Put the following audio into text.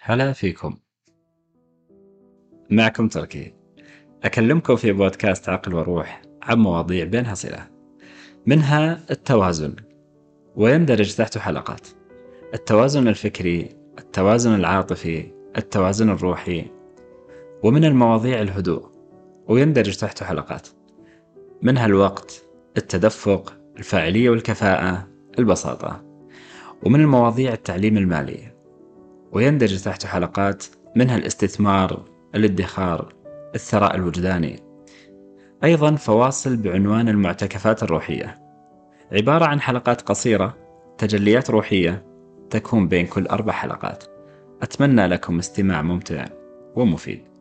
هلا فيكم. معكم تركي. أكلمكم في بودكاست عقل وروح عن مواضيع بينها صلة، منها التوازن، ويندرج تحته حلقات: التوازن الفكري، التوازن العاطفي، التوازن الروحي. ومن المواضيع الهدوء، ويندرج تحته حلقات منها الوقت، التدفق، الفاعلية والكفاءة، البساطة. ومن المواضيع التعليم المالي، ويندرج تحته حلقات منها الاستثمار، الادخار، الثراء الوجداني. أيضا فواصل بعنوان المعتكفات الروحية، عبارة عن حلقات قصيرة، تجليات روحية تكون بين كل 4 حلقات. أتمنى لكم استماع ممتع ومفيد.